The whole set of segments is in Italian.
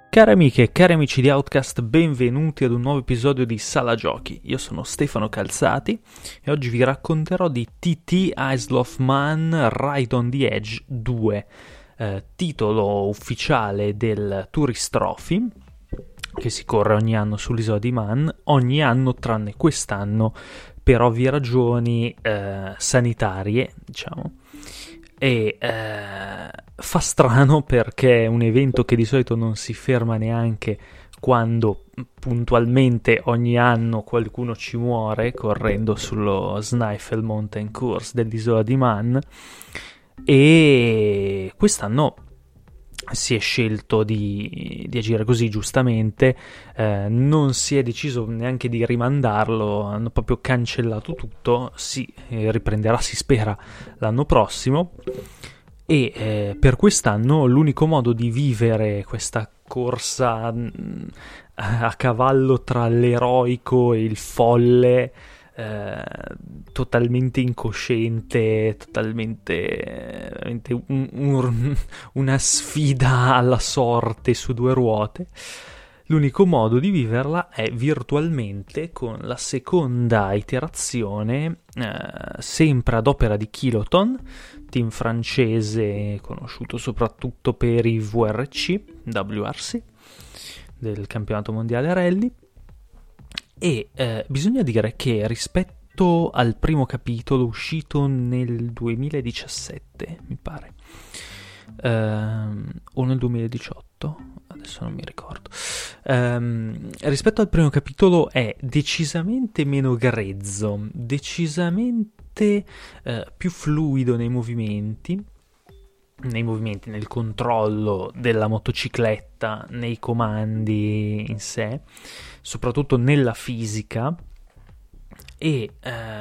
Cari amiche e cari amici di Outcast, benvenuti ad un nuovo episodio di Sala Giochi. Io sono Stefano Calzati e oggi vi racconterò di TT Isle of Man Ride on the Edge 2, titolo ufficiale del Tourist Trophy, che si corre ogni anno sull'isola di Man, ogni anno tranne quest'anno per ovvie ragioni sanitarie, diciamo. E fa strano perché è un evento che di solito non si ferma neanche quando puntualmente ogni anno qualcuno ci muore correndo sullo Sniffle Mountain Course dell'isola di Man, e quest'anno si è scelto di agire così, giustamente. Non si è deciso neanche di rimandarlo, hanno proprio cancellato tutto. Si riprenderà, si spera, l'anno prossimo, e per quest'anno l'unico modo di vivere questa corsa a cavallo tra l'eroico e il folle, totalmente incosciente, totalmente veramente una sfida alla sorte su due ruote. L'unico modo di viverla è virtualmente, con la seconda iterazione, sempre ad opera di Kiloton, team francese conosciuto soprattutto per i WRC del campionato mondiale rally. E bisogna dire che rispetto al primo capitolo uscito nel 2017, mi pare, o nel 2018, adesso non mi ricordo, rispetto al primo capitolo è decisamente meno grezzo, decisamente più fluido nei movimenti, nel controllo della motocicletta, nei comandi in sé, soprattutto nella fisica, e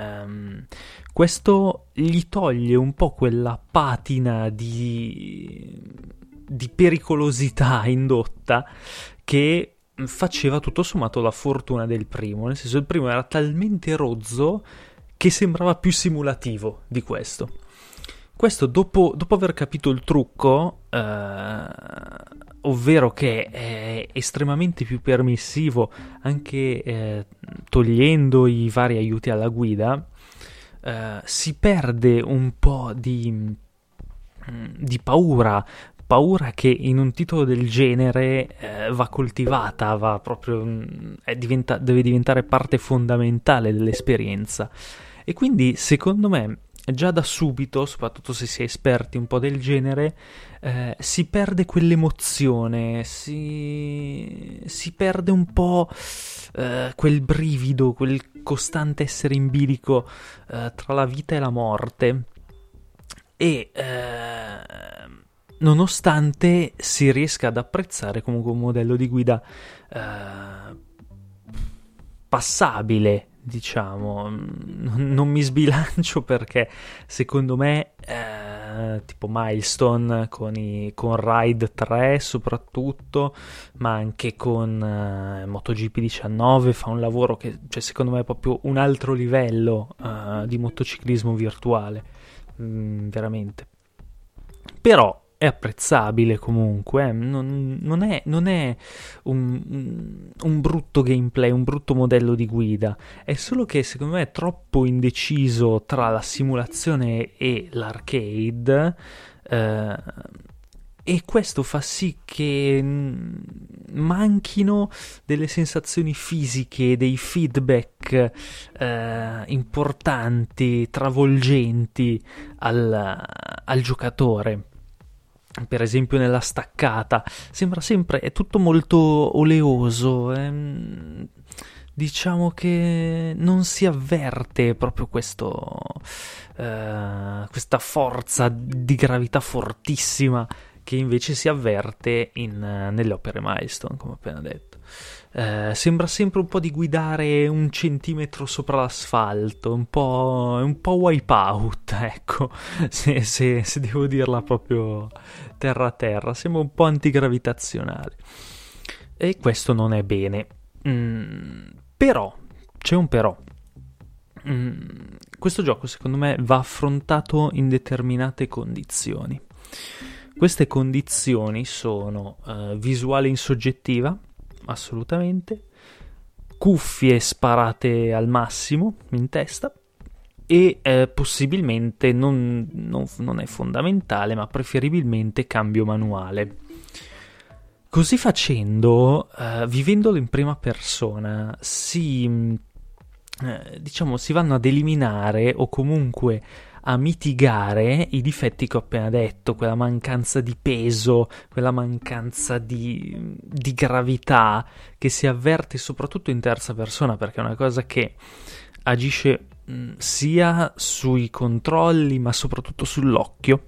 questo gli toglie un po' quella patina di pericolosità indotta che faceva tutto sommato la fortuna del primo, nel senso, il primo era talmente rozzo che sembrava più simulativo di questo. Questo dopo aver capito il trucco, ovvero che è estremamente più permissivo, anche togliendo i vari aiuti alla guida, si perde un po' di paura che in un titolo del genere va coltivata, va proprio, deve diventare parte fondamentale dell'esperienza. E quindi, secondo me, già da subito, soprattutto se si è esperti un po' del genere, si perde quell'emozione, si perde un po' quel brivido, quel costante essere in bilico tra la vita e la morte. E nonostante si riesca ad apprezzare comunque un modello di guida passabile, diciamo. Non mi sbilancio perché secondo me tipo Milestone con Ride 3 soprattutto, ma anche con MotoGP 19 fa un lavoro che, cioè, secondo me è proprio un altro livello di motociclismo virtuale, veramente. Però è apprezzabile comunque, non è un brutto gameplay, un brutto modello di guida, è solo che secondo me è troppo indeciso tra la simulazione e l'arcade, e questo fa sì che manchino delle sensazioni fisiche, dei feedback importanti, travolgenti al giocatore. Per esempio nella staccata sembra sempre, è tutto molto oleoso, diciamo che non si avverte proprio questa forza di gravità fortissima che invece si avverte nelle opere Milestone, come ho appena detto. Sembra sempre un po' di guidare un centimetro sopra l'asfalto, un po' Wipeout, ecco, se devo dirla proprio terra a terra, sembra un po' antigravitazionale, e questo non è bene. Però c'è un però. Questo gioco secondo me va affrontato in determinate condizioni. Queste condizioni sono visuale insoggettiva, assolutamente, cuffie sparate al massimo in testa e possibilmente, non è fondamentale, ma preferibilmente cambio manuale. Così facendo, vivendolo in prima persona, si vanno ad eliminare o comunque a mitigare i difetti che ho appena detto, quella mancanza di peso, quella mancanza di gravità che si avverte soprattutto in terza persona, perché è una cosa che agisce sia sui controlli ma soprattutto sull'occhio.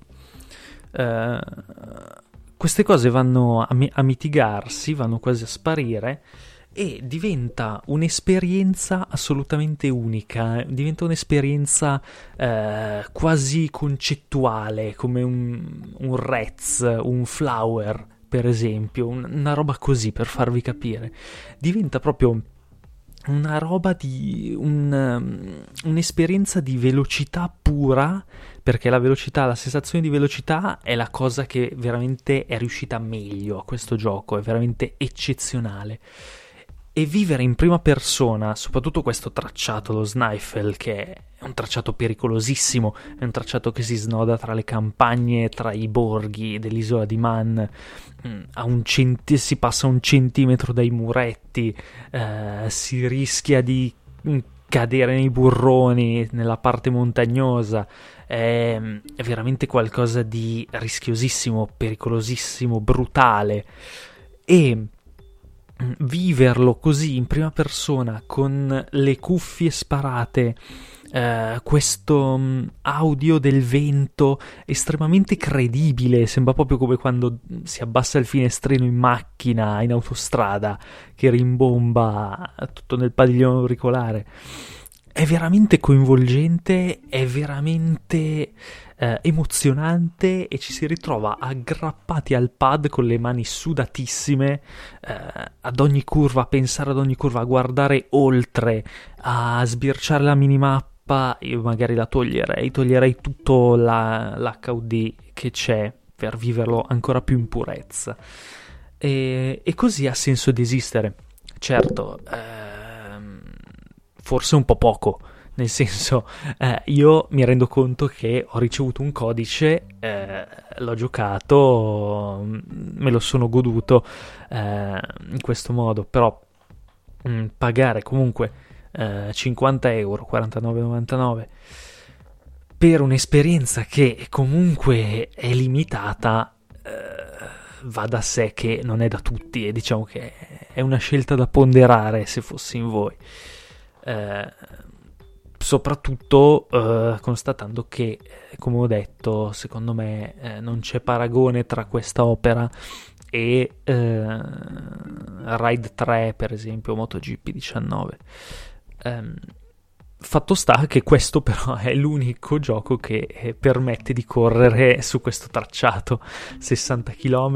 Queste cose vanno a mitigarsi, vanno quasi a sparire, e diventa un'esperienza assolutamente unica, diventa un'esperienza quasi concettuale, come un Rez, un Flower, per esempio, una roba così, per farvi capire. Diventa proprio una roba di un'esperienza di velocità pura, perché la sensazione di velocità è la cosa che veramente è riuscita meglio a questo gioco, è veramente eccezionale. E vivere in prima persona, soprattutto questo tracciato, lo Sneifel, che è un tracciato pericolosissimo, è un tracciato che si snoda tra le campagne, tra i borghi dell'isola di Man, si passa un centimetro dai muretti, si rischia di cadere nei burroni, nella parte montagnosa, è veramente qualcosa di rischiosissimo, pericolosissimo, brutale. E viverlo così in prima persona con le cuffie sparate, questo audio del vento estremamente credibile, sembra proprio come quando si abbassa il finestrino in macchina, in autostrada, che rimbomba tutto nel padiglione auricolare. È veramente coinvolgente, è veramente emozionante, e ci si ritrova aggrappati al pad con le mani sudatissime, ad ogni curva, a pensare ad ogni curva, a guardare oltre, a sbirciare la minimappa. Io magari la toglierei tutto l'HUD che c'è per viverlo ancora più in purezza, e così ha senso di esistere. Certo, forse un po' poco, nel senso, io mi rendo conto che ho ricevuto un codice, l'ho giocato, me lo sono goduto in questo modo, però pagare comunque 50 euro, 49,99 per un'esperienza che comunque è limitata, va da sé che non è da tutti, e diciamo che è una scelta da ponderare se fossi in voi. Soprattutto constatando che, come ho detto, secondo me non c'è paragone tra questa opera e Ride 3, per esempio, MotoGP 19. Fatto sta che questo però è l'unico gioco che permette di correre su questo tracciato 60 km,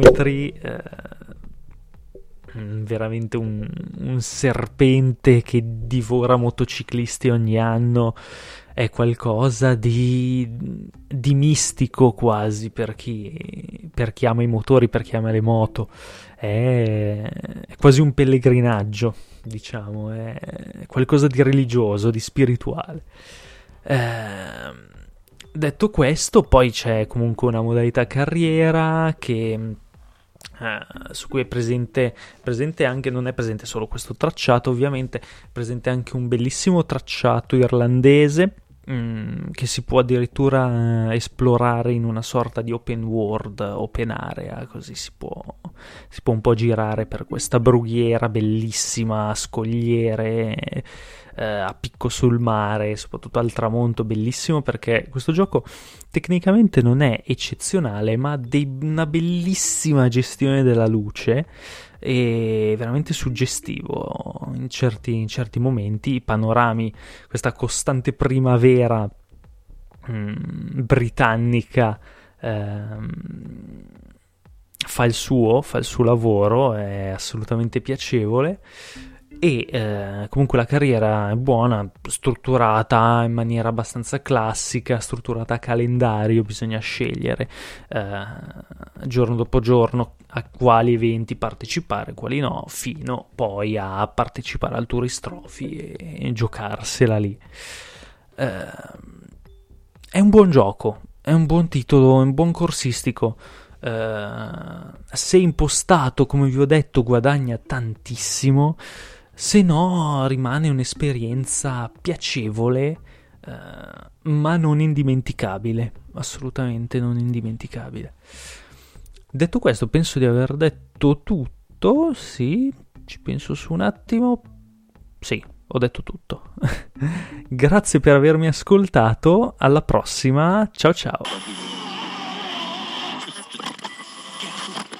veramente un serpente che divora motociclisti ogni anno. È qualcosa di mistico quasi per chi ama i motori, per chi ama le moto. È quasi un pellegrinaggio, diciamo, è qualcosa di religioso, di spirituale. Detto questo, poi c'è comunque una modalità carriera che su cui è presente anche, non è presente solo questo tracciato, ovviamente, è presente anche un bellissimo tracciato irlandese che si può addirittura esplorare in una sorta di open world, open area, così si può un po' girare per questa brughiera bellissima, a scogliere, a picco sul mare, soprattutto al tramonto, bellissimo, perché questo gioco tecnicamente non è eccezionale, ma ha una bellissima gestione della luce, e veramente suggestivo in certi momenti. I panorami, questa costante primavera britannica fa il suo lavoro, è assolutamente piacevole. E comunque la carriera è buona, strutturata in maniera abbastanza classica, strutturata a calendario, bisogna scegliere giorno dopo giorno a quali eventi partecipare, quali no, fino poi a partecipare al Tourist Trophy e giocarsela lì. È un buon gioco, è un buon titolo, è un buon corsistico. Se impostato, come vi ho detto, guadagna tantissimo, se no rimane un'esperienza piacevole, ma non indimenticabile, assolutamente non indimenticabile. Detto questo, penso di aver detto tutto. Sì, ci penso su un attimo. Sì, ho detto tutto. Grazie per avermi ascoltato, alla prossima, ciao ciao.